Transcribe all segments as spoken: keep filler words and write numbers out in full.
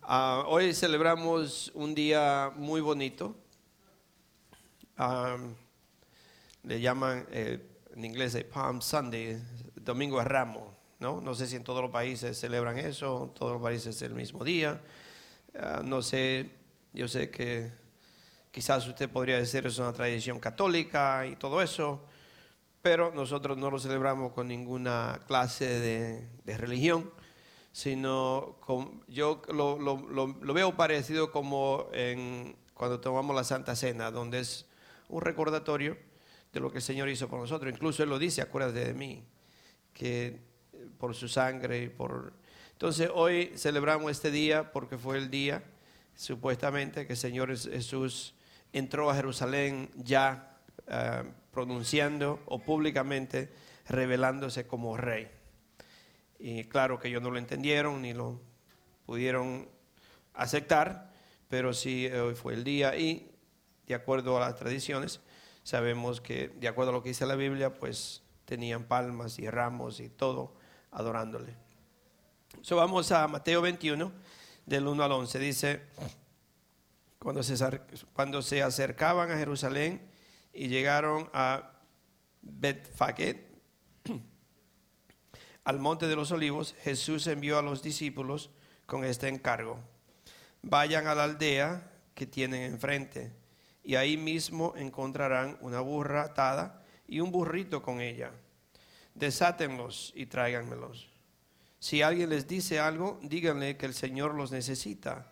Uh, hoy celebramos un día muy bonito. Um, le llaman eh, en inglés el Palm Sunday, Domingo de Ramos, ¿no? No sé si en todos los países celebran eso, en todos los países es el mismo día. Uh, no sé, yo sé que quizás usted podría decir es una tradición católica y todo eso, pero nosotros no lo celebramos con ninguna clase de, de religión, sino con, yo lo, lo, lo, lo veo parecido como en, cuando tomamos la Santa Cena, donde es un recordatorio de lo que el Señor hizo por nosotros. Incluso Él lo dice, acuérdate de mí, que por su sangre y por... Entonces hoy celebramos este día porque fue el día, supuestamente, que el Señor Jesús entró a Jerusalén ya uh, pronunciando o públicamente revelándose como rey. Y claro que ellos no lo entendieron ni lo pudieron aceptar, pero sí hoy fue el día y de acuerdo a las tradiciones sabemos que de acuerdo a lo que dice la Biblia pues tenían palmas y ramos y todo adorándole. So, vamos a Mateo veintiuno del uno al once. Dice: cuando se, cuando se acercaban a Jerusalén y llegaron a Betfagé, al monte de los olivos, Jesús envió a los discípulos con este encargo: vayan a la aldea que tienen enfrente, y ahí mismo encontrarán una burra atada y un burrito con ella. Desátenlos y tráiganmelos. Si alguien les dice algo, díganle que el Señor los necesita,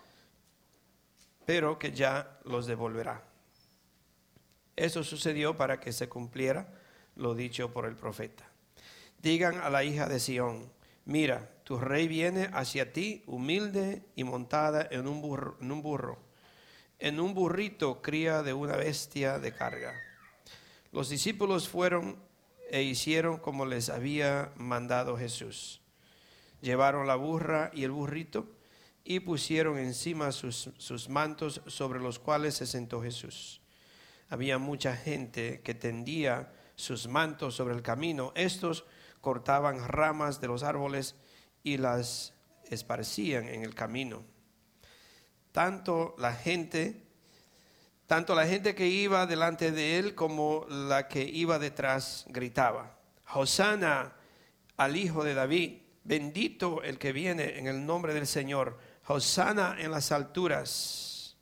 pero que ya los devolverá. Eso sucedió para que se cumpliera lo dicho por el profeta. Digan a la hija de Sión: mira, tu rey viene hacia ti, humilde y montada en un burro, en un burro, en un burrito cría de una bestia de carga. Los discípulos fueron e hicieron como les había mandado Jesús. Llevaron la burra y el burrito y pusieron encima sus, sus mantos, sobre los cuales se sentó Jesús. Había mucha gente que tendía sus mantos sobre el camino. Estos cortaban ramas de los árboles y las esparcían en el camino. Tanto la gente, tanto la gente que iba delante de él como la que iba detrás gritaba: Hosana al Hijo de David, bendito el que viene en el nombre del Señor, Hosana en las alturas.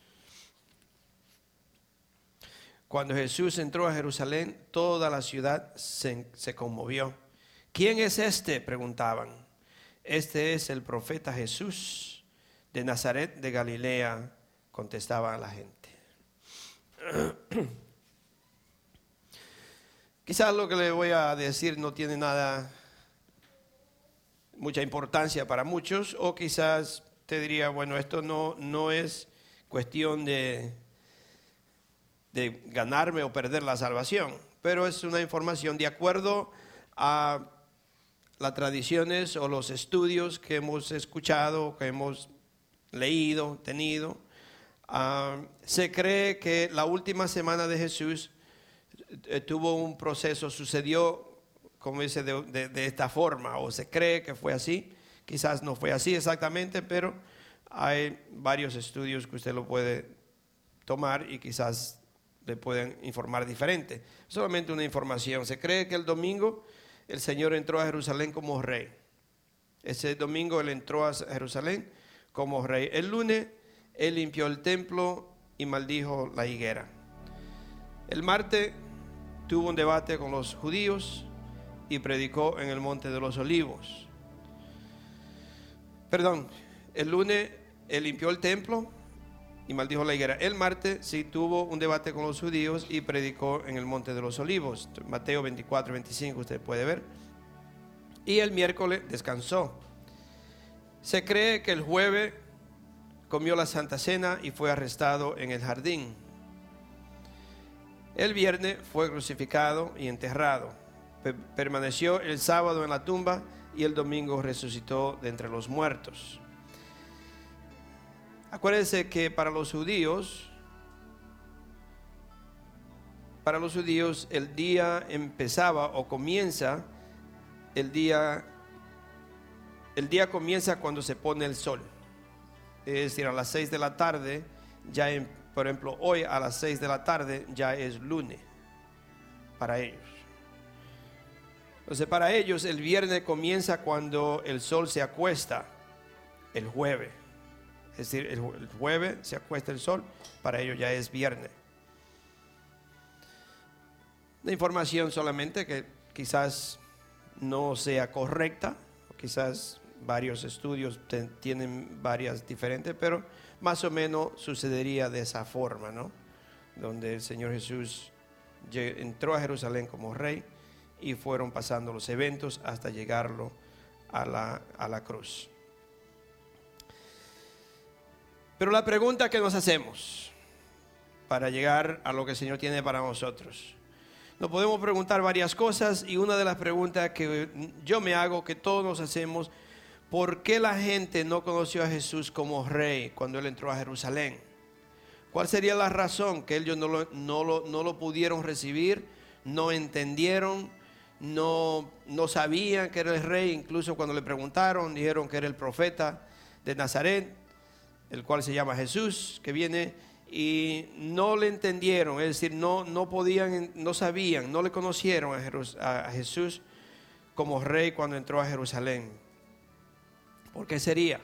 Cuando Jesús entró a Jerusalén, toda la ciudad se, se conmovió. ¿Quién es este?, preguntaban. Este es el profeta Jesús de Nazaret de Galilea, contestaba la gente. Quizás lo que le voy a decir no tiene nada, mucha importancia para muchos, o quizás te diría, bueno, esto no, no es cuestión de, de ganarme o perder la salvación, pero es una información de acuerdo a las tradiciones o los estudios que hemos escuchado, que hemos leído, tenido. Uh, se cree que la última semana de Jesús eh, tuvo un proceso, sucedió, como dice, de, de, de esta forma, o se cree que fue así. Quizás no fue así exactamente, pero hay varios estudios que usted lo puede tomar y quizás le pueden informar diferente. Solamente una información. Se cree que el domingo el Señor entró a Jerusalén como rey. Ese domingo Él entró a Jerusalén como rey. El lunes Él limpió el templo y maldijo la higuera. El martes tuvo un debate con los judíos y predicó en el monte de los olivos. Perdón, el lunes Él limpió el templo y maldijo la higuera. El martes sí tuvo un debate con los judíos y predicó en el monte de los olivos. Mateo veinticuatro, veinticinco usted puede ver. Y el miércoles descansó. Se cree que el jueves comió la Santa Cena y fue arrestado en el jardín. El viernes fue crucificado y enterrado. Permaneció el sábado en la tumba y el domingo resucitó de entre los muertos. Acuérdense que para los judíos, para los judíos el día empezaba o comienza, el día, el día comienza cuando se pone el sol. es decir, a las seis de la tarde, ya en, por ejemplo, hoy a las seis de la tarde ya es lunes para ellos. Entonces, para ellos el viernes comienza cuando el sol se acuesta, el jueves. Es decir, el jueves se acuesta el sol, para ellos ya es viernes. La información solamente que quizás no sea correcta, quizás varios estudios te, tienen varias diferentes, pero más o menos sucedería de esa forma, ¿no? Donde el Señor Jesús entró a Jerusalén como rey y fueron pasando los eventos hasta llegarlo a la, a la cruz. Pero la pregunta que nos hacemos para llegar a lo que el Señor tiene para nosotros, nos podemos preguntar varias cosas, y una de las preguntas que yo me hago, que todos nos hacemos: ¿por qué la gente no conoció a Jesús como rey cuando Él entró a Jerusalén? ¿Cuál sería la razón que ellos no lo, no lo, no lo pudieron recibir, no entendieron, no, no sabían que era el rey? Incluso cuando le preguntaron, dijeron que era el profeta de Nazaret, el cual se llama Jesús, que viene, y no le entendieron, es decir, no, no podían, no sabían, no le conocieron a, Jerus, a Jesús como rey cuando entró a Jerusalén. ¿Por qué sería?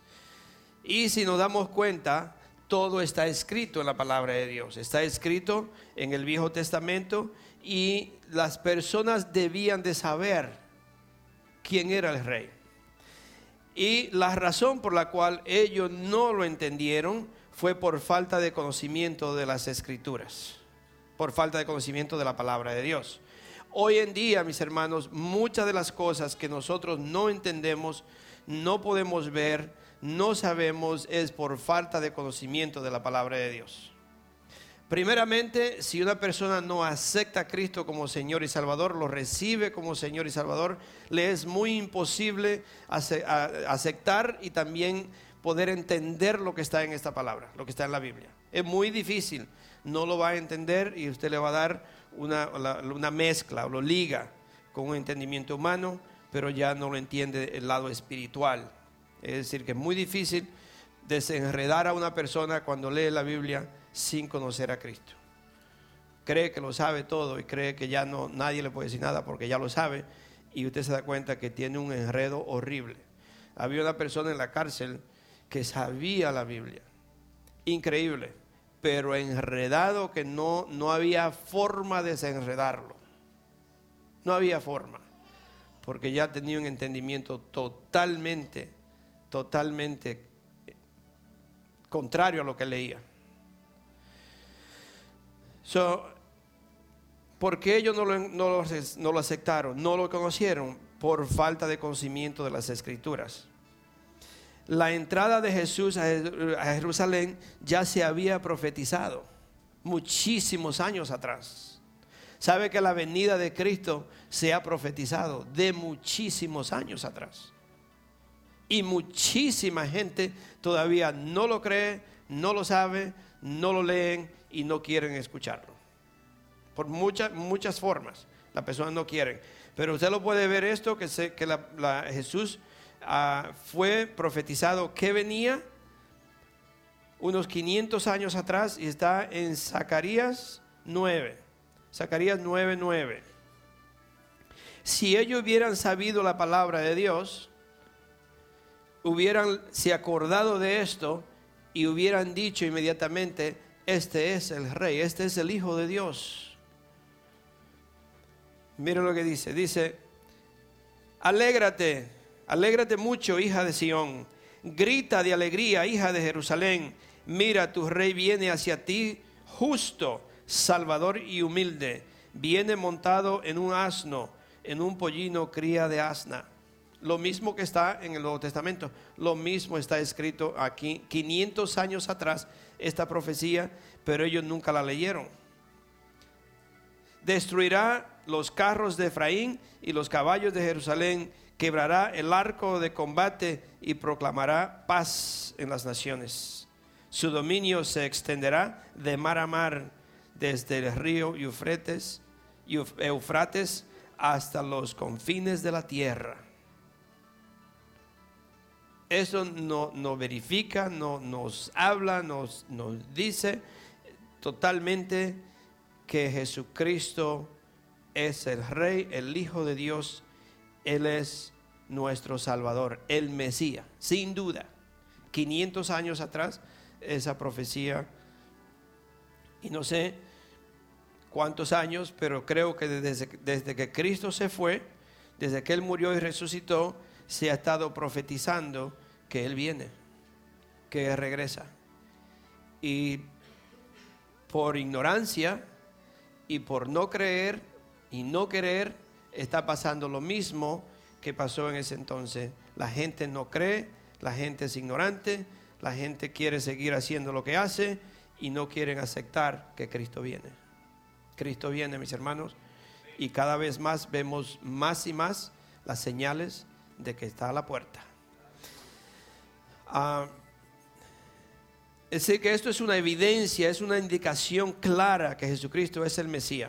Y si nos damos cuenta, todo está escrito en la palabra de Dios, está escrito en el Viejo Testamento, y las personas debían de saber quién era el rey. Y la razón por la cual ellos no lo entendieron fue por falta de conocimiento de las Escrituras, por falta de conocimiento de la palabra de Dios. Hoy en día, mis hermanos, muchas de las cosas que nosotros no entendemos, no podemos ver, no sabemos, es por falta de conocimiento de la palabra de Dios. Primeramente, si una persona no acepta a Cristo como Señor y Salvador, lo recibe como Señor y Salvador, le es muy imposible aceptar y también poder entender lo que está en esta palabra, lo que está en la Biblia. Es muy difícil, no lo va a entender, y usted le va a dar una, una mezcla, o lo liga con un entendimiento humano, pero ya no lo entiende el lado espiritual. Es decir, que es muy difícil desenredar a una persona cuando lee la Biblia sin conocer a Cristo. Cree que lo sabe todo y cree que ya no, nadie le puede decir nada porque ya lo sabe, y usted se da cuenta que tiene un enredo horrible. Había una persona en la cárcel que sabía la Biblia, increíble, pero enredado que no, no había forma de desenredarlo. No había forma, porque ya tenía un entendimiento totalmente, totalmente contrario a lo que leía. So, ¿por qué ellos no lo, no, lo, no lo aceptaron? No lo conocieron por falta de conocimiento de las Escrituras. La entrada de Jesús a Jerusalén ya se había profetizado muchísimos años atrás. Sabe que la venida de Cristo se ha profetizado de muchísimos años atrás, y muchísima gente todavía no lo cree, no lo sabe, no lo leen y no quieren escucharlo. Por muchas, muchas formas las personas no quieren. Pero usted lo puede ver esto, que, se, que la, la, Jesús uh, fue profetizado que venía unos quinientos años atrás, y está en Zacarías nueve. Zacarías nueve, nueve. Si ellos hubieran sabido la palabra de Dios, hubieran se acordado de esto y hubieran dicho inmediatamente: este es el rey, este es el Hijo de Dios. Mira lo que dice, dice: alégrate, alégrate mucho, hija de Sión, grita de alegría, hija de Jerusalén, mira, tu rey viene hacia ti, justo, salvador y humilde, viene montado en un asno, en un pollino cría de asna. Lo mismo que está en el Nuevo Testamento, lo mismo está escrito aquí, quinientos años atrás, esta profecía, pero ellos nunca la leyeron. Destruirá los carros de Efraín y los caballos de Jerusalén, quebrará el arco de combate y proclamará paz en las naciones. Su dominio se extenderá de mar a mar, desde el río Eufrates, Eufrates hasta los confines de la tierra. Eso no, no verifica, no, nos habla, nos, nos dice totalmente que Jesucristo es el Rey, el Hijo de Dios. Él es nuestro Salvador, el Mesías, sin duda. quinientos años atrás, esa profecía, y no sé cuántos años, pero creo que desde, desde que Cristo se fue, desde que Él murió y resucitó, se ha estado profetizando que Él viene, que Él regresa. Y por ignorancia y por no creer y no querer, está pasando lo mismo que pasó en ese entonces. La gente no cree, la gente es ignorante, la gente quiere seguir haciendo lo que hace y no quieren aceptar que Cristo viene. Cristo viene, mis hermanos, y cada vez más vemos más y más las señales de que está a la puerta. Uh, es decir, que esto es una evidencia, es una indicación clara que Jesucristo es el Mesías.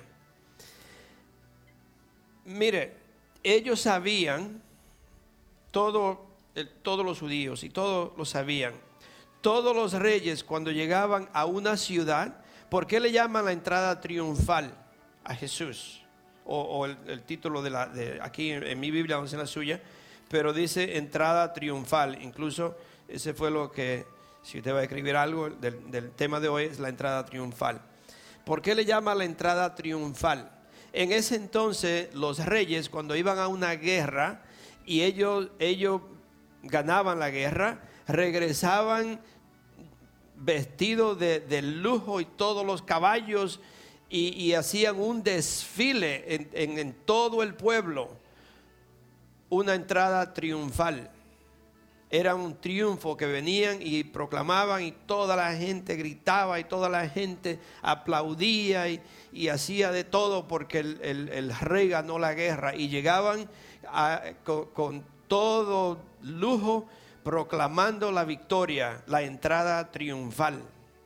Mire, ellos sabían, todo, todos los judíos y todos lo sabían, todos los reyes cuando llegaban a una ciudad, ¿por qué le llaman la entrada triunfal a Jesús? O, o el, el título de la, de, aquí en, en mi Biblia, no sé en la suya, pero dice entrada triunfal. Incluso ese fue lo que, si usted va a escribir algo del, del tema de hoy, es la entrada triunfal. ¿Por qué le llama la entrada triunfal? En ese entonces los reyes, cuando iban a una guerra y ellos, ellos ganaban la guerra, regresaban vestidos de, de lujo y todos los caballos, y, y hacían un desfile en, en, en todo el pueblo, una entrada triunfal. Era un triunfo que venían y proclamaban, y toda la gente gritaba y toda la gente aplaudía y, y hacía de todo porque el, el, el rey ganó la guerra, y llegaban a, con, con todo lujo proclamando la victoria, la entrada triunfal.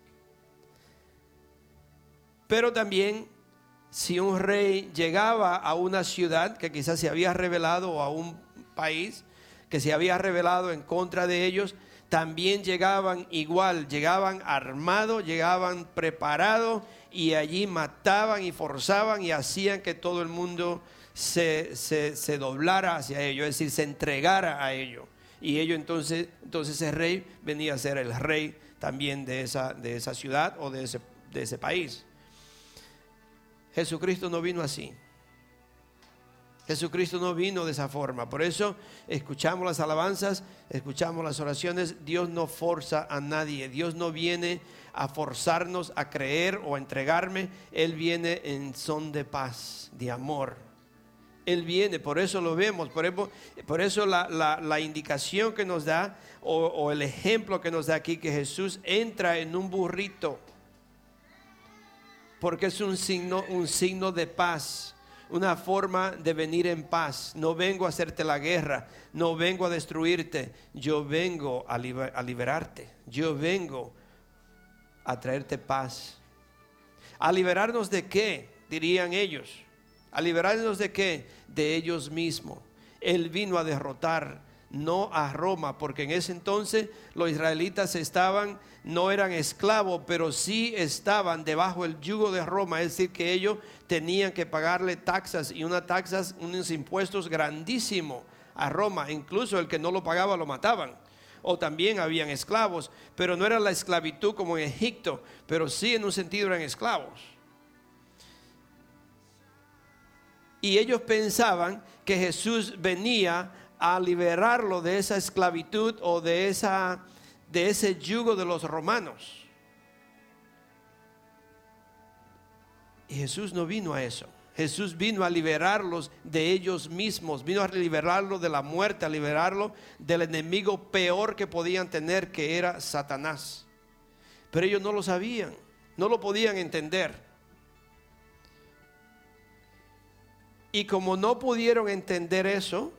Pero también, si un rey llegaba a una ciudad que quizás se había rebelado, o a un país que se había rebelado en contra de ellos, también llegaban igual, llegaban armados, llegaban preparados, y allí mataban y forzaban y hacían que todo el mundo se, se, se doblara hacia ellos, es decir, se entregara a ellos. Y ellos entonces, entonces ese rey venía a ser el rey también de esa, de esa ciudad o de ese, de ese país. Jesucristo no vino así. Jesucristo no vino de esa forma. Por eso escuchamos las alabanzas, escuchamos las oraciones. Dios no forza a nadie. Dios no viene a forzarnos a creer o a entregarme. Él viene en son de paz, de amor. Él viene, por eso lo vemos. Por eso, por eso la, la, la indicación que nos da, o, o el ejemplo que nos da aquí, que Jesús entra en un burrito, porque es un signo, un signo de paz, una forma de venir en paz. No vengo a hacerte la guerra, no vengo a destruirte, yo vengo a, liber, a liberarte, yo vengo a traerte paz. ¿A liberarnos de qué? Dirían ellos. ¿A liberarnos de qué? De ellos mismos. Él vino a derrotar, no a Roma, porque en ese entonces los israelitas estaban, no eran esclavos, pero sí estaban debajo del yugo de Roma. Es decir, que ellos tenían que pagarle taxas, y unas taxas, unos impuestos grandísimos a Roma. Incluso el que no lo pagaba lo mataban. O también habían esclavos, pero no era la esclavitud como en Egipto, pero sí en un sentido eran esclavos. Y ellos pensaban que Jesús venía a liberarlo de esa esclavitud o de, esa, de ese yugo de los romanos. Y Jesús no vino a eso. Jesús vino a liberarlos de ellos mismos, vino a liberarlos de la muerte, a liberarlos del enemigo peor que podían tener, que era Satanás. Pero ellos no lo sabían, no lo podían entender. Y como no pudieron entender eso,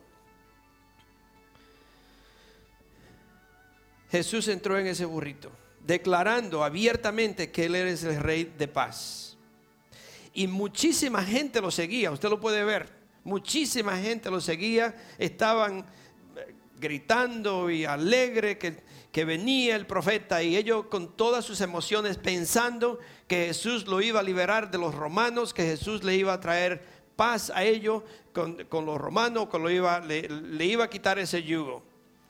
Jesús entró en ese burrito, declarando abiertamente que Él es el Rey de paz. Y muchísima gente lo seguía, usted lo puede ver. Muchísima gente lo seguía, estaban gritando y alegre que, que venía el profeta, y ellos con todas sus emociones pensando que Jesús lo iba a liberar de los romanos, que Jesús le iba a traer paz a ellos con, con los romanos, que lo iba, le, le iba a quitar ese yugo.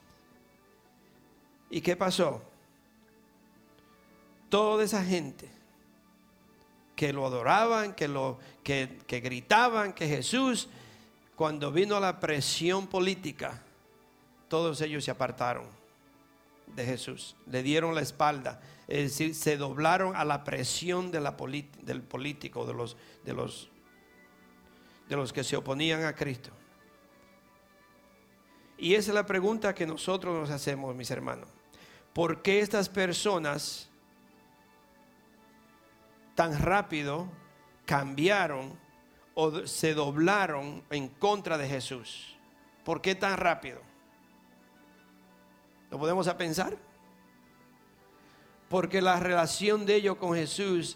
¿Y qué pasó? Toda esa gente que lo adoraban, que, lo, que, que gritaban que Jesús, cuando vino la presión política, todos ellos se apartaron de Jesús, le dieron la espalda, es decir, se doblaron a la presión de la polit- del político, de los, de, los, de los que se oponían a Cristo. Y esa es la pregunta que nosotros nos hacemos, mis hermanos. ¿Por qué estas personas tan rápido cambiaron o se doblaron en contra de Jesús? ¿Por qué tan rápido? ¿Lo podemos a pensar? Porque la relación de ellos con Jesús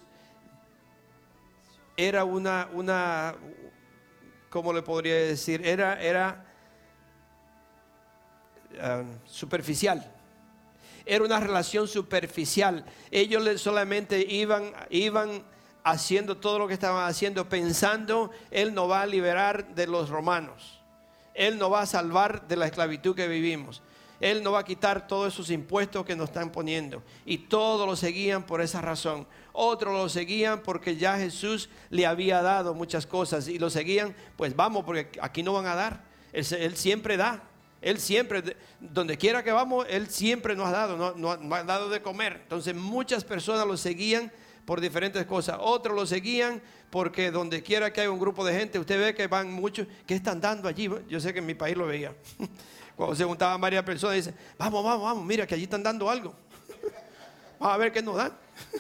era una, una ¿cómo le podría decir? Era, era uh, superficial. Era una relación superficial. Ellos solamente iban, iban haciendo todo lo que estaban haciendo, pensando, Él nos va a liberar de los romanos. Él nos va a salvar de la esclavitud que vivimos. Él nos va a quitar todos esos impuestos que nos están poniendo. Y todos lo seguían por esa razón. Otros lo seguían porque ya Jesús le había dado muchas cosas. Y lo seguían, pues vamos, porque aquí no van a dar. Él, él siempre da. Él siempre, donde quiera que vamos, Él siempre nos ha dado, nos, nos, nos ha dado de comer. Entonces muchas personas lo seguían por diferentes cosas. Otros lo seguían porque donde quiera que haya un grupo de gente, usted ve que van muchos. ¿Qué están dando allí? Yo sé que en mi país lo veía. Cuando se juntaban varias personas, dicen, vamos, vamos, vamos, mira que allí están dando algo. Vamos a ver qué nos dan.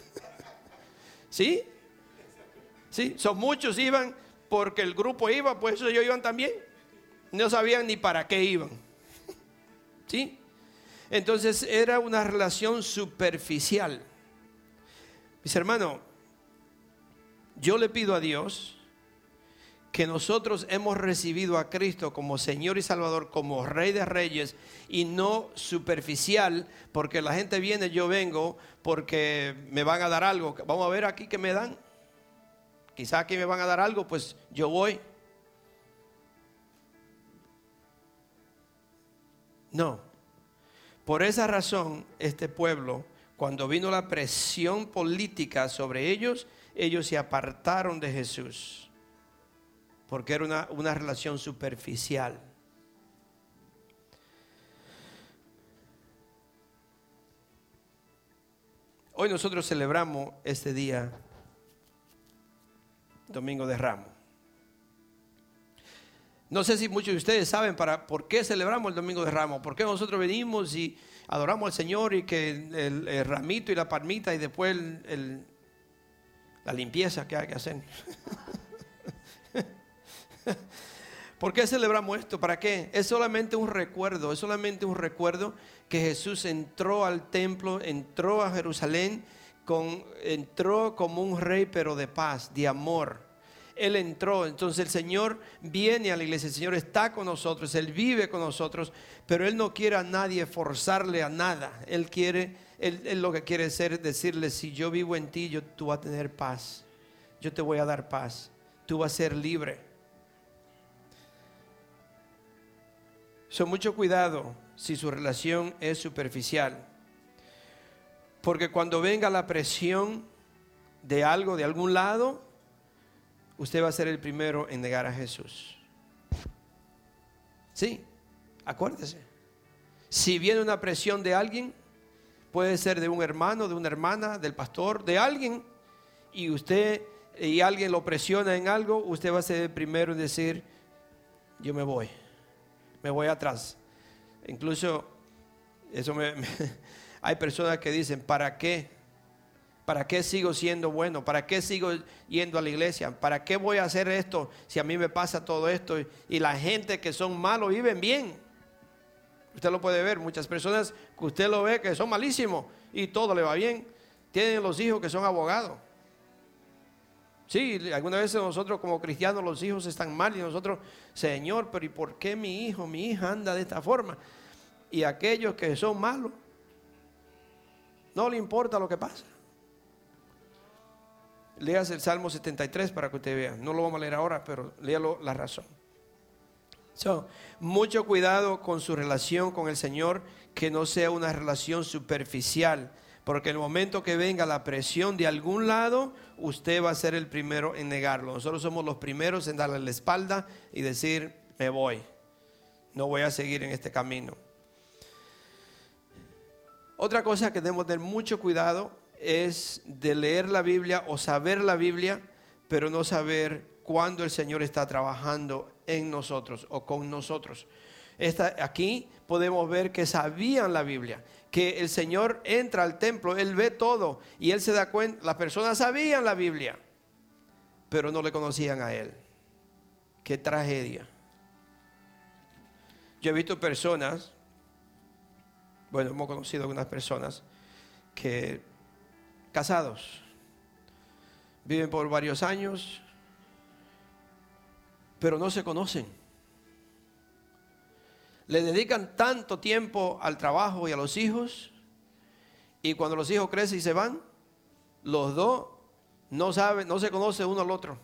¿Sí? Sí, son muchos iban porque el grupo iba, pues ellos iban también. No sabían ni para qué iban. ¿Sí? Entonces era una relación superficial. Mis hermanos, yo le pido a Dios que nosotros hemos recibido a Cristo como Señor y Salvador, como Rey de Reyes, y no superficial, porque la gente viene, yo vengo porque me van a dar algo. Vamos a ver aquí qué me dan. Quizá aquí me van a dar algo, pues yo voy. No. Por esa razón, este pueblo, cuando vino la presión política sobre ellos, ellos se apartaron de Jesús, porque era una, una relación superficial. Hoy nosotros celebramos este día, Domingo de Ramos. No sé si muchos de ustedes saben para, por qué celebramos el Domingo de Ramos, por qué nosotros venimos y adoramos al Señor y que el, el ramito y la palmita y después el, el, la limpieza que hay que hacer. ¿Por qué celebramos esto? ¿Para qué? Es solamente un recuerdo, es solamente un recuerdo que Jesús entró al templo, entró a Jerusalén, con, entró como un rey pero de paz, de amor. Él entró, entonces el Señor viene a la iglesia, el Señor está con nosotros, Él vive con nosotros, pero Él no quiere a nadie forzarle a nada. Él quiere, Él, él lo que quiere hacer es decirle, si yo vivo en ti, yo, tú vas a tener paz, yo te voy a dar paz, tú vas a ser libre. So, mucho cuidado si su relación es superficial, porque cuando venga la presión de algo, de algún lado, usted va a ser el primero en negar a Jesús. Sí, acuérdese. Si viene una presión de alguien, puede ser de un hermano, de una hermana, del pastor, de alguien, y usted y alguien lo presiona en algo, usted va a ser el primero en decir, yo me voy, me voy atrás. Incluso eso me, me, hay personas que dicen, ¿para qué? ¿Para qué sigo siendo bueno? ¿Para qué sigo yendo a la iglesia? ¿Para qué voy a hacer esto si a mí me pasa todo esto? Y la gente que son malos viven bien. Usted lo puede ver. Muchas personas que usted lo ve que son malísimos y todo le va bien. Tienen los hijos que son abogados. Sí, algunas veces nosotros como cristianos los hijos están mal y nosotros, Señor, pero ¿y por qué mi hijo, mi hija anda de esta forma? Y aquellos que son malos, no le importa lo que pasa. Léase el Salmo setenta y tres para que usted vea. No lo vamos a leer ahora, pero léalo la razón. So, mucho cuidado con su relación con el Señor, que no sea una relación superficial, porque en el momento que venga la presión de algún lado, usted va a ser el primero en negarlo. Nosotros somos los primeros en darle la espalda y decir, me voy, no voy a seguir en este camino. Otra cosa que debemos tener mucho cuidado es de leer la Biblia o saber la Biblia, pero no saber cuándo el Señor está trabajando en nosotros o con nosotros. Esta, aquí podemos ver que sabían la Biblia, que el Señor entra al templo, Él ve todo y Él se da cuenta. Las personas sabían la Biblia, pero no le conocían a Él. Qué tragedia. Yo he visto personas, bueno, hemos conocido algunas personas que casados, viven por varios años, pero no se conocen. Le dedican tanto tiempo al trabajo y a los hijos, y cuando los hijos crecen y se van, los dos no saben, no se conocen uno al otro.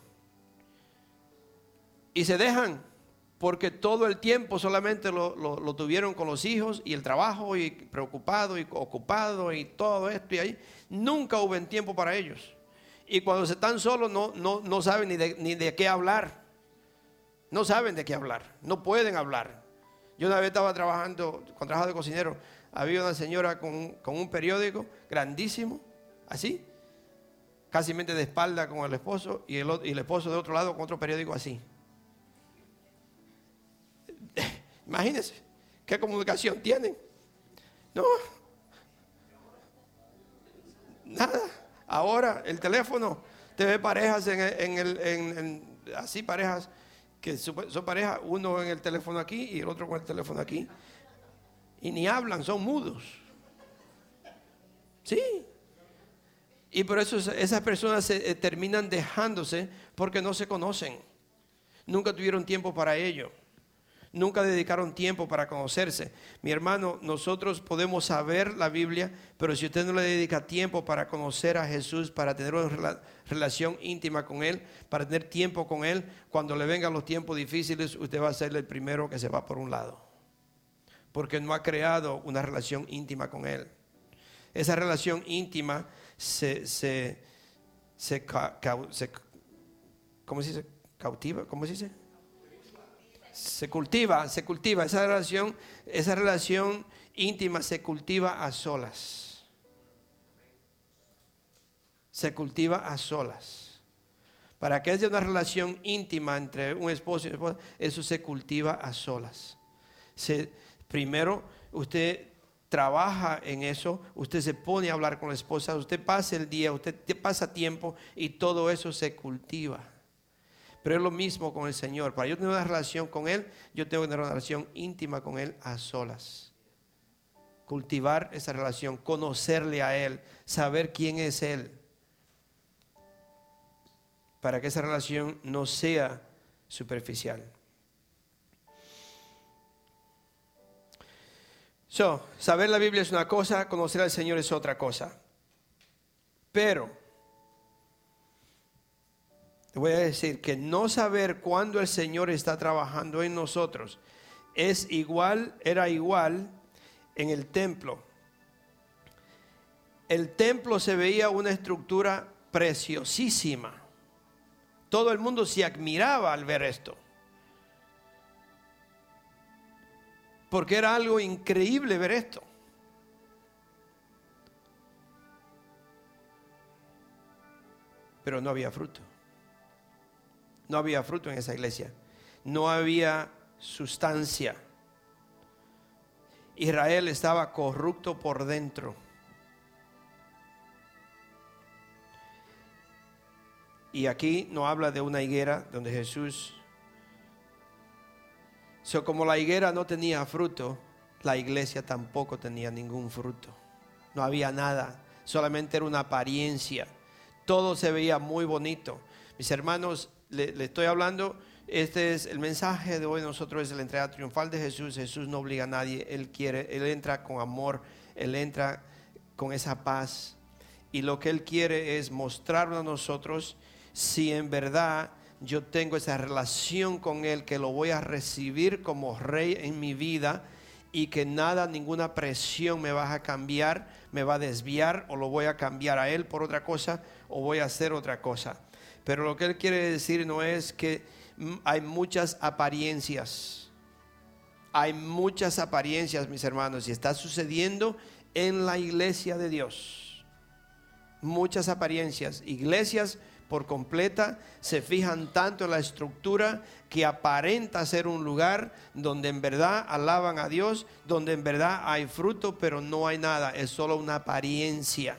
Y se dejan porque todo el tiempo solamente lo, lo, lo tuvieron con los hijos y el trabajo y preocupado y ocupado y todo esto y ahí. Nunca hubo tiempo para ellos. Y cuando se están solos no, no, no saben ni de, ni de qué hablar. No saben de qué hablar. No pueden hablar. Yo una vez estaba trabajando, con trabajo de cocinero, había una señora con, con un periódico grandísimo, así, casi mente de espalda con el esposo y el, y el esposo de otro lado con otro periódico así. Imagínense, ¿qué comunicación tienen? No, nada. Ahora el teléfono, te ve parejas en, en el, en, en, así parejas, que son parejas, uno en el teléfono aquí y el otro con el teléfono aquí. Y ni hablan, son mudos. Sí. Y por eso esas personas se eh, terminan dejándose porque no se conocen. Nunca tuvieron tiempo para ello. Nunca dedicaron tiempo para conocerse. Mi hermano, nosotros podemos saber la Biblia, pero si usted no le dedica tiempo para conocer a Jesús, para tener una rela- relación íntima con Él, para tener tiempo con Él, cuando le vengan los tiempos difíciles, usted va a ser el primero que se va por un lado. Porque no ha creado una relación íntima con Él. Esa relación íntima se, se, se, ca, se ¿cómo se dice? Cautiva, ¿cómo se dice? Se cultiva, se cultiva, esa relación, esa relación íntima se cultiva a solas. Se cultiva a solas. Para que haya una relación íntima entre un esposo y una esposa, eso se cultiva a solas. Se, primero, usted trabaja en eso, usted se pone a hablar con la esposa, usted pasa el día, usted pasa tiempo y todo eso se cultiva. Pero es lo mismo con el Señor. Para yo tener una relación con Él, yo tengo que tener una relación íntima con Él a solas. Cultivar esa relación, conocerle a Él, saber quién es Él. Para que esa relación no sea superficial. So, saber la Biblia es una cosa, conocer al Señor es otra cosa. Pero te voy a decir que no saber cuándo el Señor está trabajando en nosotros es igual, era igual en el templo. El templo se veía una estructura preciosísima. Todo el mundo se admiraba al ver esto. Porque era algo increíble ver esto. Pero no había fruto. No había fruto en esa iglesia. No había sustancia. Israel estaba corrupto por dentro. Y aquí no habla de una higuera donde Jesús... So, como la higuera no tenía fruto, la iglesia tampoco tenía ningún fruto. No había nada. Solamente era una apariencia. Todo se veía muy bonito. Mis hermanos, le, le estoy hablando este es el mensaje de hoy de nosotros, es la entrega triunfal de Jesús. Jesús no obliga a nadie, Él quiere, Él entra con amor, Él entra con esa paz. Y lo que Él quiere es mostrarnos a nosotros si en verdad yo tengo esa relación con Él, que lo voy a recibir como Rey en mi vida y que nada, ninguna presión me va a cambiar, me va a desviar, o lo voy a cambiar a Él por otra cosa o voy a hacer otra cosa. Pero lo que Él quiere decir no es que hay muchas apariencias. Hay muchas apariencias, mis hermanos, y está sucediendo en la iglesia de Dios. Muchas apariencias. Iglesias por completa se fijan tanto en la estructura que aparenta ser un lugar donde en verdad alaban a Dios, donde en verdad hay fruto, pero no hay nada, es solo una apariencia.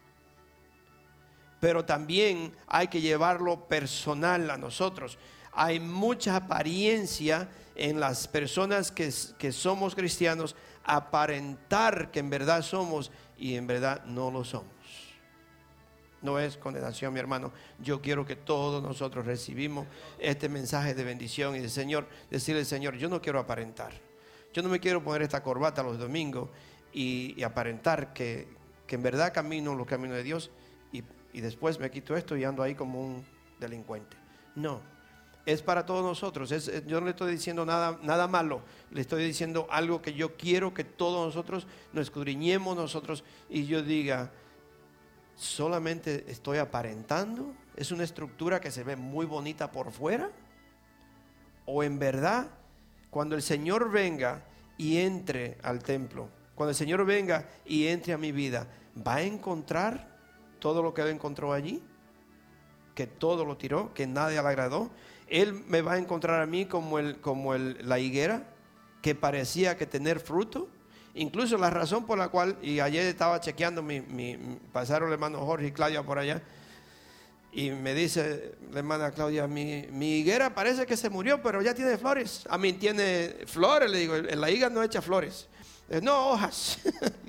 Pero también hay que llevarlo personal a nosotros. Hay mucha apariencia en las personas que, que somos cristianos, aparentar que en verdad somos y en verdad no lo somos. No es condenación, mi hermano. Yo quiero que todos nosotros recibimos este mensaje de bendición y de Señor, decirle: Señor, yo no quiero aparentar. Yo no me quiero poner esta corbata los domingos y, y aparentar que, que en verdad camino los caminos de Dios y, y después me quito esto y ando ahí como un delincuente. No, es para todos nosotros. Es, es, yo no le estoy diciendo nada, nada malo. Le estoy diciendo algo que yo quiero que todos nosotros nos escudriñemos nosotros y yo diga: solamente estoy aparentando. Es una estructura que se ve muy bonita por fuera, o en verdad cuando el Señor venga y entre al templo, cuando el Señor venga y entre a mi vida, va a encontrar todo lo que Él encontró allí, que todo lo tiró, que nadie le agradó. Él me va a encontrar a mí como, el, como el, la higuera que parecía que tener fruto. Incluso la razón por la cual, y ayer estaba chequeando, mi, mi, pasaron el hermano Jorge y Claudia por allá, y me dice la hermana Claudia: mi, mi higuera parece que se murió, pero ya tiene flores. A mí tiene flores, le digo, en la higuera no echa flores, no, hojas.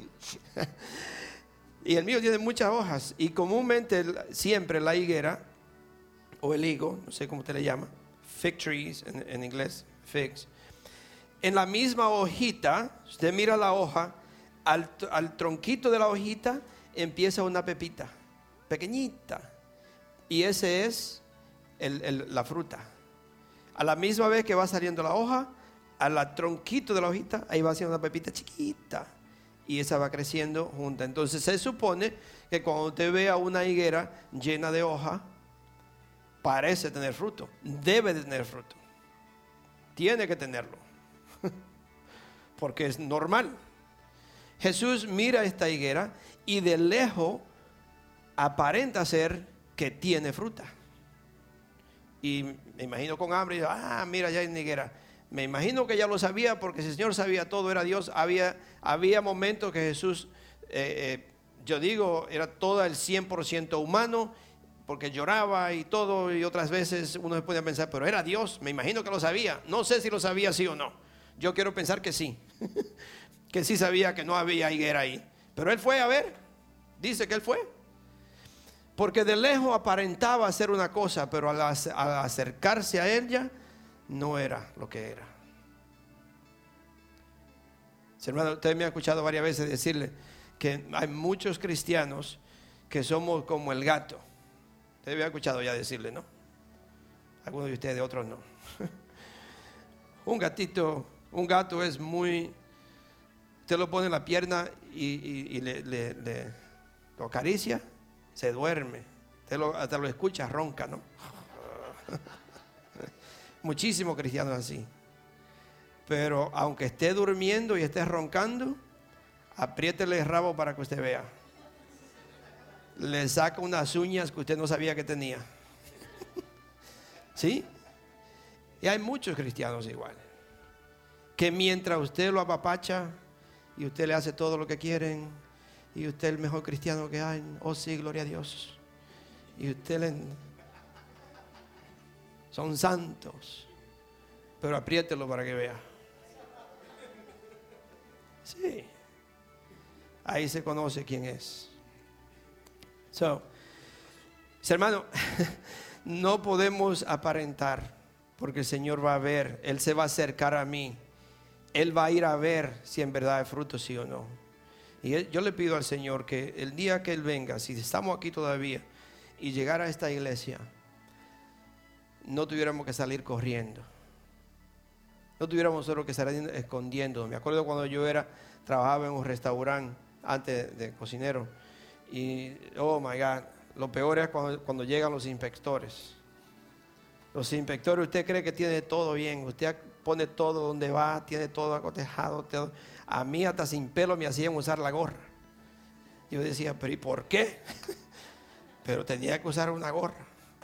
Y el mío tiene muchas hojas, y comúnmente siempre la higuera, o el higo, no sé cómo usted le llama, fig trees en, en inglés, figs, en la misma hojita, usted mira la hoja, al, al tronquito de la hojita empieza una pepita, pequeñita, y ese es el, el, la fruta. A la misma vez que va saliendo la hoja, al tronquito de la hojita, ahí va haciendo una pepita chiquita, y esa va creciendo junta. Entonces se supone que cuando usted vea una higuera llena de hoja, parece tener fruto, debe de tener fruto, tiene que tenerlo, porque es normal. Jesús mira esta higuera y de lejos aparenta ser que tiene fruta. Y me imagino con hambre, y, ah, mira, ya hay una higuera. Me imagino que ya lo sabía, porque si el Señor sabía todo, era Dios. Había, había momentos que Jesús, eh, eh, yo digo, era todo el cien por ciento humano, porque lloraba y todo, y otras veces uno se puede pensar, pero era Dios, me imagino que lo sabía. No sé si lo sabía sí o no. Yo quiero pensar que sí, que sí sabía que no había higuera ahí. Pero Él fue a ver, dice que Él fue. Porque de lejos aparentaba ser una cosa, pero al, al acercarse a ella, no era lo que era. Hermano, usted me ha escuchado varias veces decirle que hay muchos cristianos que somos como el gato. Usted me ha escuchado ya decirle, ¿no? Algunos de ustedes, otros no. Un gatito, un gato es muy... Usted lo pone en la pierna y, y, y le, le, le lo acaricia, se duerme. Usted lo, hasta lo escucha, ronca, ¿no? Muchísimos cristianos así. Pero aunque esté durmiendo y esté roncando, apriétele el rabo para que usted vea. Le saca unas uñas que usted no sabía que tenía. ¿Sí? Y hay muchos cristianos igual, que mientras usted lo apapacha y usted le hace todo lo que quieren, y usted es el mejor cristiano que hay, oh sí, gloria a Dios, y usted le... son santos, pero apriételo para que vea. Sí, ahí se conoce quién es. So, hermano, no podemos aparentar, porque el Señor va a ver, Él se va a acercar a mí, Él va a ir a ver si en verdad hay fruto, sí o no. Y él, yo le pido al Señor que el día que Él venga, si estamos aquí todavía y llegar a esta iglesia, no tuviéramos que salir corriendo, no tuviéramos solo que salir escondiendo. Me acuerdo cuando yo era, trabajaba en un restaurante antes de cocinero, y oh my God, lo peor es cuando, cuando llegan los inspectores. Los inspectores, usted cree que tiene todo bien, usted pone todo donde va, tiene todo acotejado, todo. A mí hasta sin pelo me hacían usar la gorra. Yo decía, pero ¿y por qué? Pero tenía que usar una gorra.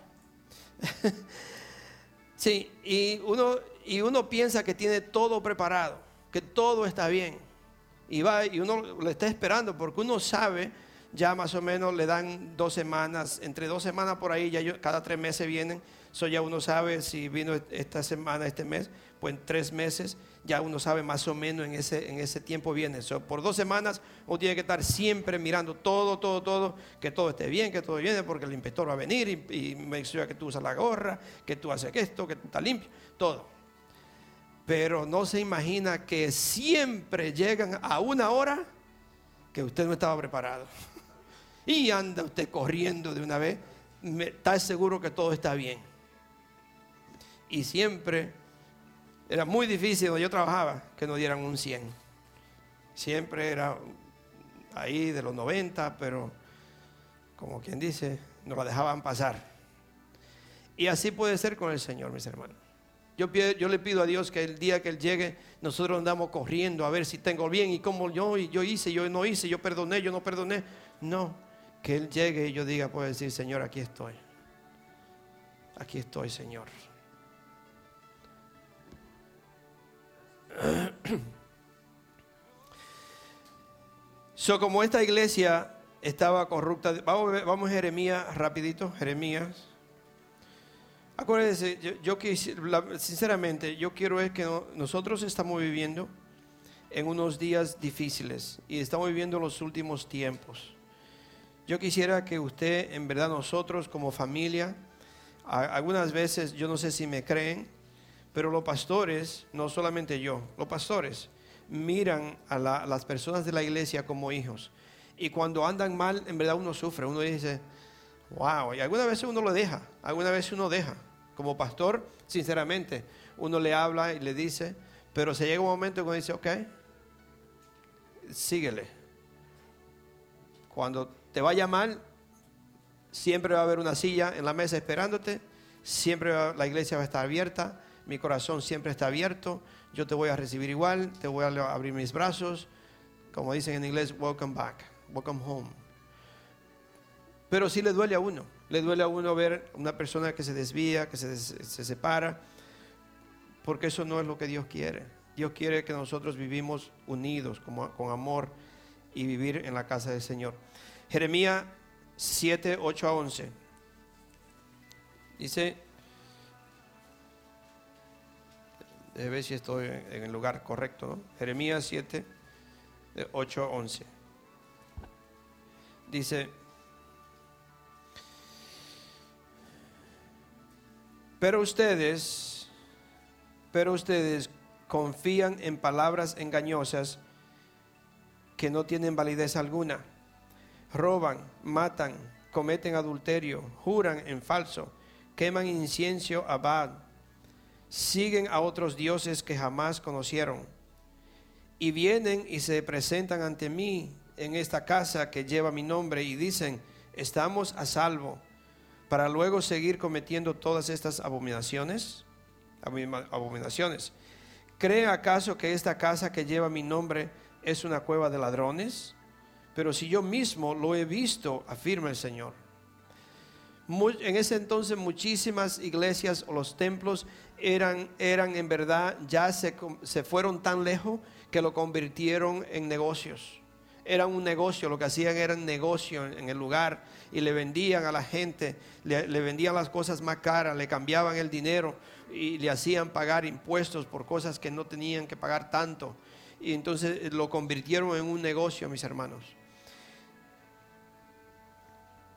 Sí, y uno, y uno piensa que tiene todo preparado, que todo está bien. Y va, y uno le está esperando, porque uno sabe, ya más o menos le dan dos semanas, entre dos semanas por ahí, ya yo, cada tres meses vienen. Eso ya uno sabe si vino esta semana, este mes, pues en tres meses ya uno sabe más o menos en ese, en ese tiempo viene. So, por dos semanas uno tiene que estar siempre mirando todo, todo, todo, que todo esté bien, que todo viene, porque el inspector va a venir y, y me dice que tú usas la gorra, que tú haces esto, que tú estás limpio, todo. Pero no se imagina que siempre llegan a una hora que usted no estaba preparado. Y anda usted corriendo de una vez, está seguro que todo está bien. Y siempre era muy difícil donde yo trabajaba que nos dieran un cien. Siempre era ahí de los noventa, pero como quien dice, nos la dejaban pasar. Y así puede ser con el Señor, mis hermanos. Yo, yo le pido a Dios que el día que Él llegue, nosotros andamos corriendo a ver si tengo bien y cómo yo, y yo hice, yo no hice, yo perdoné, yo no perdoné. No, que Él llegue y yo diga, puedo decir, Señor, aquí estoy. Aquí estoy, Señor. So, como esta iglesia estaba corrupta, vamos a, ver, vamos a Jeremías rapidito, Jeremías. Acuérdense, yo, yo quisiera, sinceramente, yo quiero es que no, nosotros estamos viviendo en unos días difíciles y estamos viviendo los últimos tiempos. Yo quisiera que usted, en verdad, nosotros como familia, a, algunas veces, yo no sé si me creen, pero los pastores, no solamente yo, los pastores miran a, la, a las personas de la iglesia como hijos. Y cuando andan mal, en verdad uno sufre, uno dice, wow, y algunas veces uno lo deja, algunas veces uno deja. Como pastor, sinceramente, uno le habla y le dice, pero se llega un momento que uno dice, ok, síguele. Cuando te vaya mal, siempre va a haber una silla en la mesa esperándote, siempre va, la iglesia va a estar abierta, mi corazón siempre está abierto, yo te voy a recibir igual, te voy a abrir mis brazos, como dicen en inglés, welcome back, welcome home. Pero sí le duele a uno, le duele a uno ver una persona que se desvía, que se, des, se separa, porque eso no es lo que Dios quiere. Dios quiere que nosotros vivimos unidos, como, con amor, y vivir en la casa del Señor. Jeremías siete, ocho a once. Dice, déjame ver si estoy en el lugar correcto, ¿no? Jeremías siete, ocho a once. Dice, pero ustedes, pero ustedes confían en palabras engañosas que no tienen validez alguna. Roban, matan, cometen adulterio, juran en falso, queman incienso a Baal, siguen a otros dioses que jamás conocieron, y vienen y se presentan ante mí en esta casa que lleva mi nombre y dicen, estamos a salvo, para luego seguir cometiendo todas estas abominaciones. abominaciones. ¿Cree acaso que esta casa que lleva mi nombre es una cueva de ladrones? Pero si yo mismo lo he visto, afirma el Señor. En ese entonces muchísimas iglesias o los templos eran, eran en verdad, ya se, se fueron tan lejos que lo convirtieron en negocios. Era un negocio, lo que hacían era un negocio en el lugar y le vendían a la gente, le, le vendían las cosas más caras, le cambiaban el dinero y le hacían pagar impuestos por cosas que no tenían que pagar tanto. Y entonces lo convirtieron en un negocio, mis hermanos.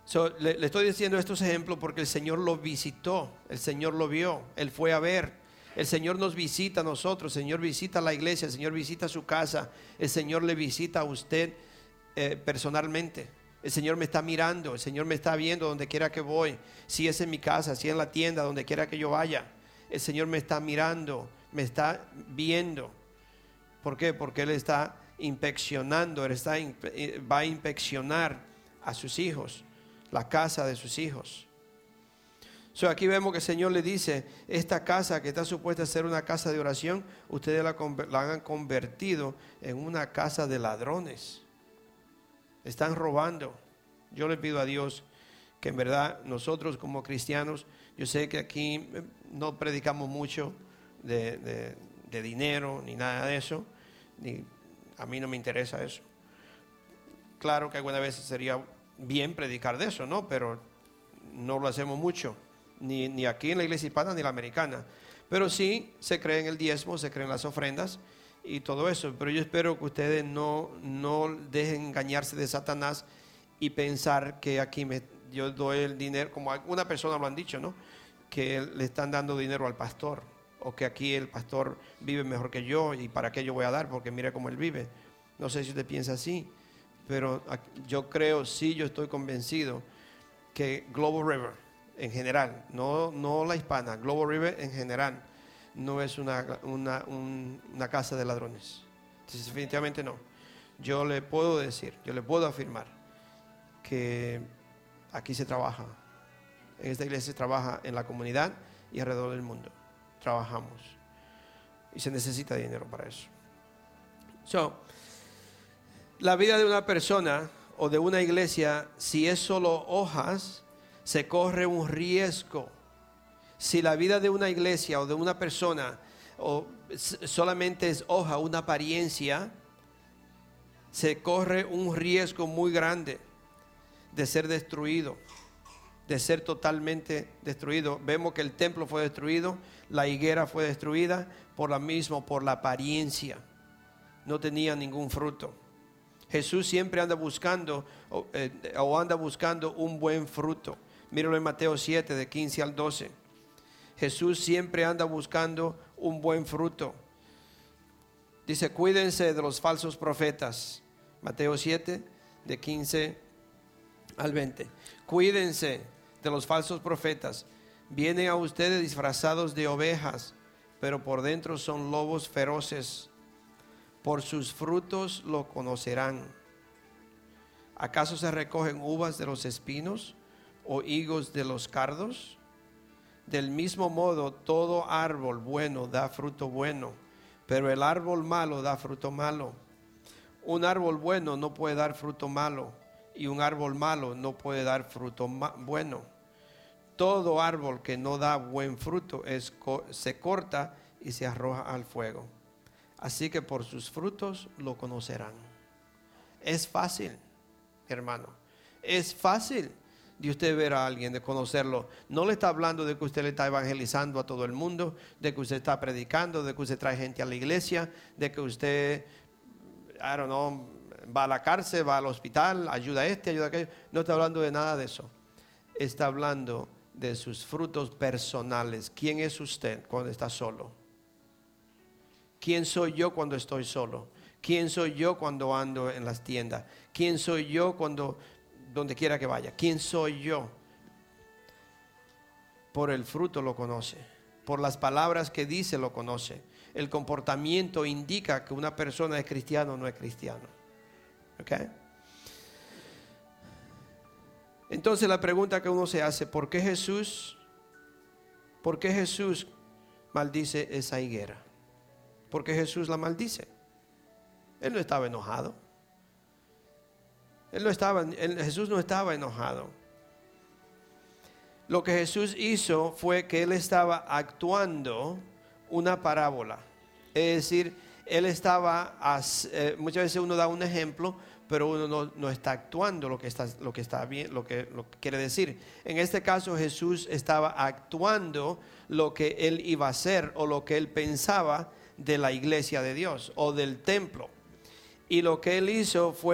So, le, le estoy diciendo estos ejemplos porque el Señor lo visitó, el Señor lo vio, Él fue a ver. El Señor nos visita a nosotros, el Señor visita a la iglesia, el Señor visita su casa, el Señor le visita a usted eh, personalmente. El Señor me está mirando, el Señor me está viendo donde quiera que voy, si es en mi casa, si es en la tienda, donde quiera que yo vaya. El Señor me está mirando, me está viendo. ¿Por qué? Porque Él está inspeccionando, Él está, va a inspeccionar a sus hijos, la casa de sus hijos. So, aquí vemos que el Señor le dice, esta casa que está supuesta a ser una casa de oración, ustedes la, la han convertido en una casa de ladrones. Están robando. Yo le pido a Dios que en verdad nosotros como cristianos, yo sé que aquí no predicamos mucho de, de, de dinero ni nada de eso, ni, a mí no me interesa eso. Claro que algunas veces sería bien predicar de eso, ¿no? Pero no lo hacemos mucho. Ni, ni aquí en la iglesia hispana ni la americana, pero sí se cree en el diezmo, se creen las ofrendas y todo eso. Pero yo espero que ustedes no, no dejen engañarse de Satanás y pensar que aquí me, yo doy el dinero, como alguna persona lo han dicho, ¿no? Que le están dando dinero al pastor, o que aquí el pastor vive mejor que yo y para qué yo voy a dar, porque mira cómo él vive. No sé si usted piensa así, pero yo creo, sí, yo estoy convencido que Global River en general, no, no la hispana, Global River en general, no es una, una, un, una casa de ladrones. Entonces, definitivamente no. Yo le puedo decir, yo le puedo afirmar que aquí se trabaja. En esta iglesia se trabaja en la comunidad y alrededor del mundo. Trabajamos. Y se necesita dinero para eso. So, la vida de una persona o de una iglesia, si es solo hojas, se corre un riesgo. Si la vida de una iglesia o de una persona o solamente es hoja, una apariencia, se corre un riesgo muy grande de ser destruido, de ser totalmente destruido. Vemos que el templo fue destruido, la higuera fue destruida por la misma, por la apariencia. No tenía ningún fruto. Jesús siempre anda buscando o, eh, o anda buscando un buen fruto. Míralo en Mateo siete, de quince al doce. Jesús siempre anda buscando un buen fruto. Dice, cuídense de los falsos profetas. Mateo siete, de quince al veinte. Cuídense de los falsos profetas. Vienen a ustedes disfrazados de ovejas, pero por dentro son lobos feroces. Por sus frutos lo conocerán. ¿Acaso se recogen uvas de los espinos o higos de los cardos? Del mismo modo, todo árbol bueno da fruto bueno, pero el árbol malo da fruto malo. Un árbol bueno no puede dar fruto malo, y un árbol malo no puede dar fruto bueno. Todo árbol que no da buen fruto es, se corta y se arroja al fuego. Así que por sus frutos lo conocerán. Es fácil, hermano, es fácil de usted ver a alguien, de conocerlo. No le está hablando de que usted le está evangelizando a todo el mundo, de que usted está predicando, de que usted trae gente a la iglesia, de que usted, I don't know, va a la cárcel, va al hospital, ayuda a este, ayuda a aquello. No está hablando de nada de eso. Está hablando de sus frutos personales. ¿Quién es usted cuando está solo? ¿Quién soy yo cuando estoy solo? ¿Quién soy yo cuando ando en las tiendas? ¿Quién soy yo cuando donde quiera que vaya? ¿Quién soy yo? Por el fruto lo conoce, por las palabras que dice lo conoce. El comportamiento indica que una persona es cristiana o no es cristiano. ¿Ok? Entonces la pregunta que uno se hace, ¿por qué Jesús, por qué Jesús maldice esa higuera? ¿Por qué Jesús la maldice? Él no estaba enojado. Él no estaba, él, Jesús no estaba enojado. Lo que Jesús hizo fue que Él estaba actuando una parábola. Es decir, Él estaba, eh, muchas veces uno da un ejemplo, pero uno no, no está actuando lo que está, lo que está bien, lo que, lo que quiere decir. En este caso Jesús estaba actuando lo que Él iba a hacer o lo que Él pensaba de la iglesia de Dios o del templo. Y lo que Él hizo fue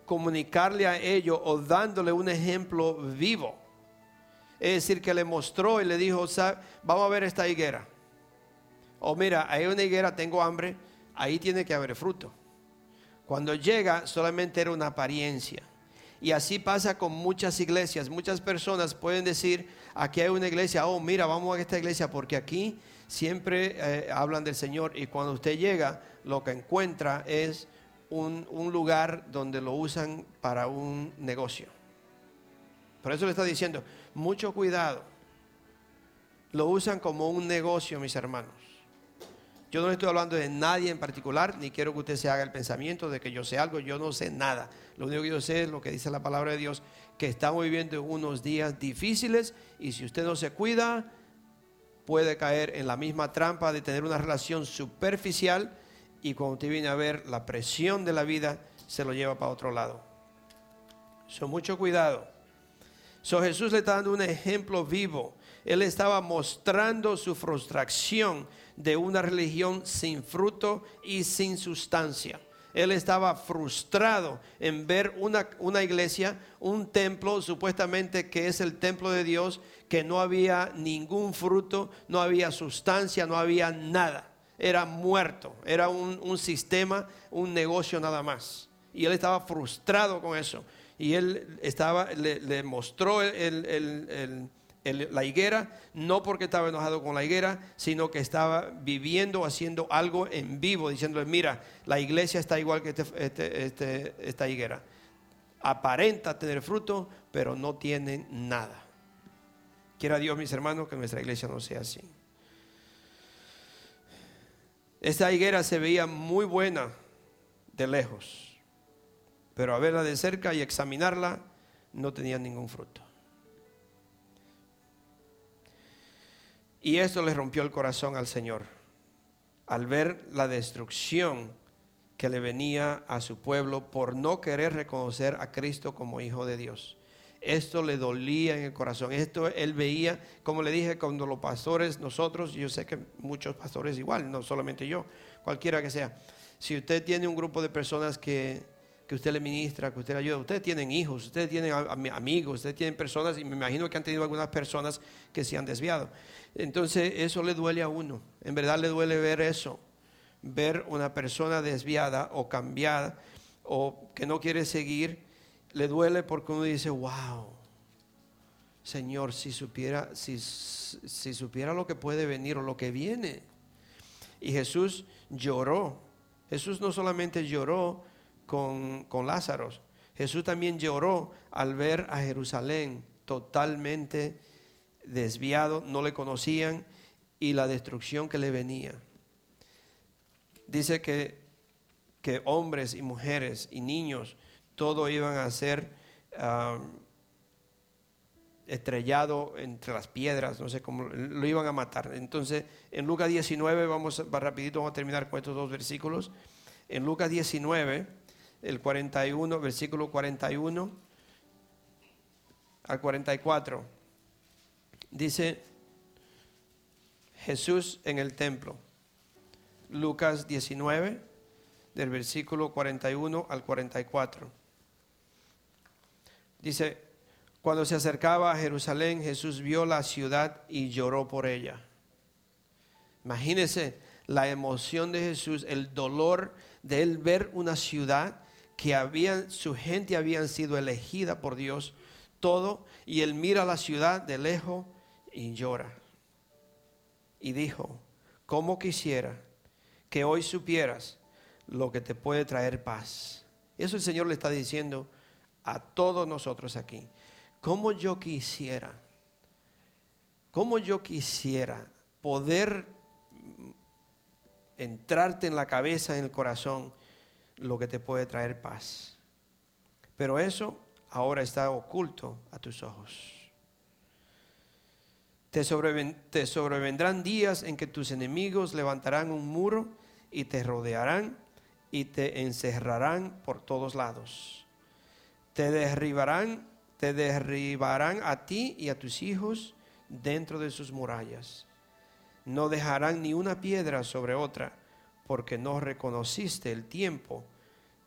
comunicarle a ellos o dándole un ejemplo vivo. Es decir, que le mostró y le dijo, vamos a ver esta higuera. O mira, hay una higuera, tengo hambre, ahí tiene que haber fruto. Cuando llega solamente era una apariencia. Y así pasa con muchas iglesias. Muchas personas pueden decir, aquí hay una iglesia, oh mira, vamos a esta iglesia porque aquí siempre eh, hablan del Señor. Y cuando usted llega, lo que encuentra es un, un lugar donde lo usan para un negocio. Por eso le está diciendo, mucho cuidado. Lo usan como un negocio, mis hermanos. Yo no estoy hablando de nadie en particular, ni quiero que usted se haga el pensamiento de que yo sé algo. Yo no sé nada. Lo único que yo sé es lo que dice la palabra de Dios, que estamos viviendo unos días difíciles y si usted no se cuida, puede caer en la misma trampa de tener una relación superficial y cuando usted viene a ver la presión de la vida, se lo lleva para otro lado. So, mucho cuidado. So, Jesús le está dando un ejemplo vivo. Él estaba mostrando su frustración de una religión sin fruto y sin sustancia. Él estaba frustrado en ver una, una iglesia, un templo supuestamente que es el templo de Dios, que no había ningún fruto, no había sustancia, no había nada. Era muerto, era un, un sistema, un negocio nada más. Y él estaba frustrado con eso. Y él estaba, le, le mostró el, el, el, el El, la higuera, no porque estaba enojado con la higuera, sino que estaba viviendo, haciendo algo en vivo, diciéndole, mira, la iglesia está igual que este, este, este, esta higuera. Aparenta tener fruto, pero no tiene nada. Quiera Dios, mis hermanos, que nuestra iglesia no sea así. Esta higuera se veía muy buena de lejos, pero a verla de cerca y examinarla, no tenía ningún fruto. Y esto le rompió el corazón al Señor, al ver la destrucción que le venía a su pueblo por no querer reconocer a Cristo como Hijo de Dios. Esto le dolía en el corazón. Esto él veía, como le dije, cuando los pastores, nosotros, yo sé que muchos pastores igual, no solamente yo, cualquiera que sea. Si usted tiene un grupo de personas que, que usted le ministra, que usted le ayuda, ustedes tienen hijos, ustedes tienen amigos, ustedes tienen personas, y me imagino que han tenido algunas personas que se han desviado. Entonces eso le duele a uno, en verdad le duele ver eso, ver una persona desviada o cambiada o que no quiere seguir, le duele porque uno dice, wow, Señor, si supiera, si, si supiera lo que puede venir o lo que viene. Y Jesús lloró, Jesús no solamente lloró con, con Lázaro, Jesús también lloró al ver a Jerusalén totalmente desviado, no le conocían y la destrucción que le venía. Dice que, que hombres y mujeres y niños, todos iban a ser uh, estrellados entre las piedras, no sé cómo, lo iban a matar. Entonces en Lucas diecinueve, vamos va rapidito, vamos a terminar con estos dos versículos. En Lucas diecinueve, el cuarenta y uno, versículo cuarenta y uno al cuarenta y cuatro. Dice Jesús en el templo. Lucas diecinueve, del versículo cuarenta y uno al cuarenta y cuatro. Dice, cuando se acercaba a Jerusalén, Jesús vio la ciudad y lloró por ella. Imagínense la emoción de Jesús, el dolor de él ver una ciudad que habían, su gente habían sido elegida por Dios, todo, y él mira la ciudad de lejos y llora. Y dijo, ¿cómo quisiera que hoy supieras lo que te puede traer paz? Eso el Señor le está diciendo a todos nosotros aquí. ¿Cómo yo quisiera, cómo yo quisiera poder entrarte en la cabeza, en el corazón, lo que te puede traer paz? Pero eso ahora está oculto a tus ojos. Te, sobreven, te sobrevendrán días en que tus enemigos levantarán un muro y te rodearán y te encerrarán por todos lados. Te derribarán, te derribarán a ti y a tus hijos dentro de sus murallas. No dejarán ni una piedra sobre otra, porque no reconociste el tiempo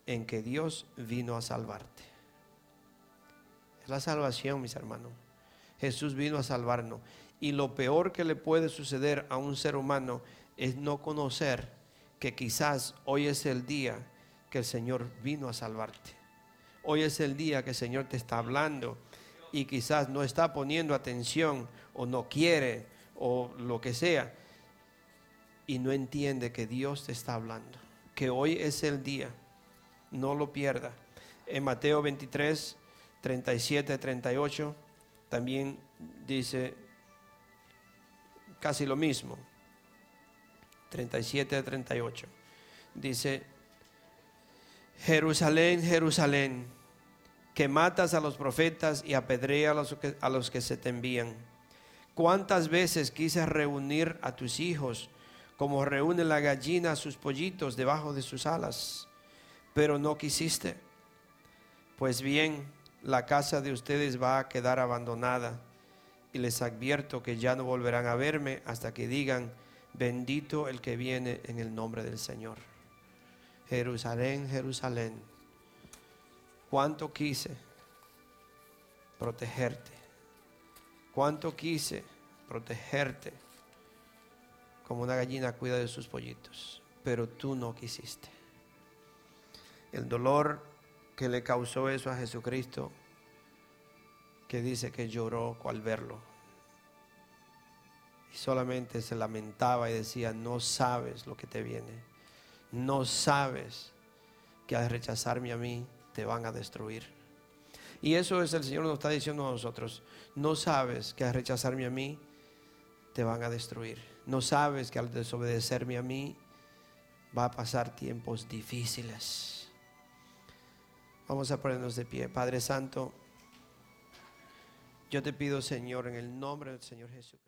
en que Dios vino a salvarte. Es la salvación, mis hermanos. Jesús vino a salvarnos. Y lo peor que le puede suceder a un ser humano es no conocer que quizás hoy es el día que el Señor vino a salvarte. Hoy es el día que el Señor te está hablando y quizás no está poniendo atención o no quiere o lo que sea y no entiende que Dios te está hablando, que hoy es el día. No lo pierda. En Mateo veintitrés, treinta y siete, treinta y ocho también dice casi lo mismo. treinta y siete a treinta y ocho dice: Jerusalén, Jerusalén, que matas a los profetas y apedreas a los que, a los que se te envían. ¿Cuántas veces quise reunir a tus hijos como reúne la gallina a sus pollitos debajo de sus alas? Pero no quisiste. Pues bien, la casa de ustedes va a quedar abandonada, y les advierto que ya no volverán a verme hasta que digan: bendito el que viene en el nombre del Señor. Jerusalén, Jerusalén, cuánto quise protegerte, cuánto quise protegerte como una gallina cuida de sus pollitos, pero tú no quisiste. El dolor que le causó eso a Jesucristo, que dice que lloró al verlo y solamente se lamentaba y decía: no sabes lo que te viene, no sabes que al rechazarme a mí te van a destruir. Y eso es, el Señor nos está diciendo a nosotros: no sabes que al rechazarme a mí te van a destruir, no sabes que al desobedecerme a mí va a pasar tiempos difíciles. Vamos a ponernos de pie. Padre Santo, yo te pido, Señor, en el nombre del Señor Jesucristo.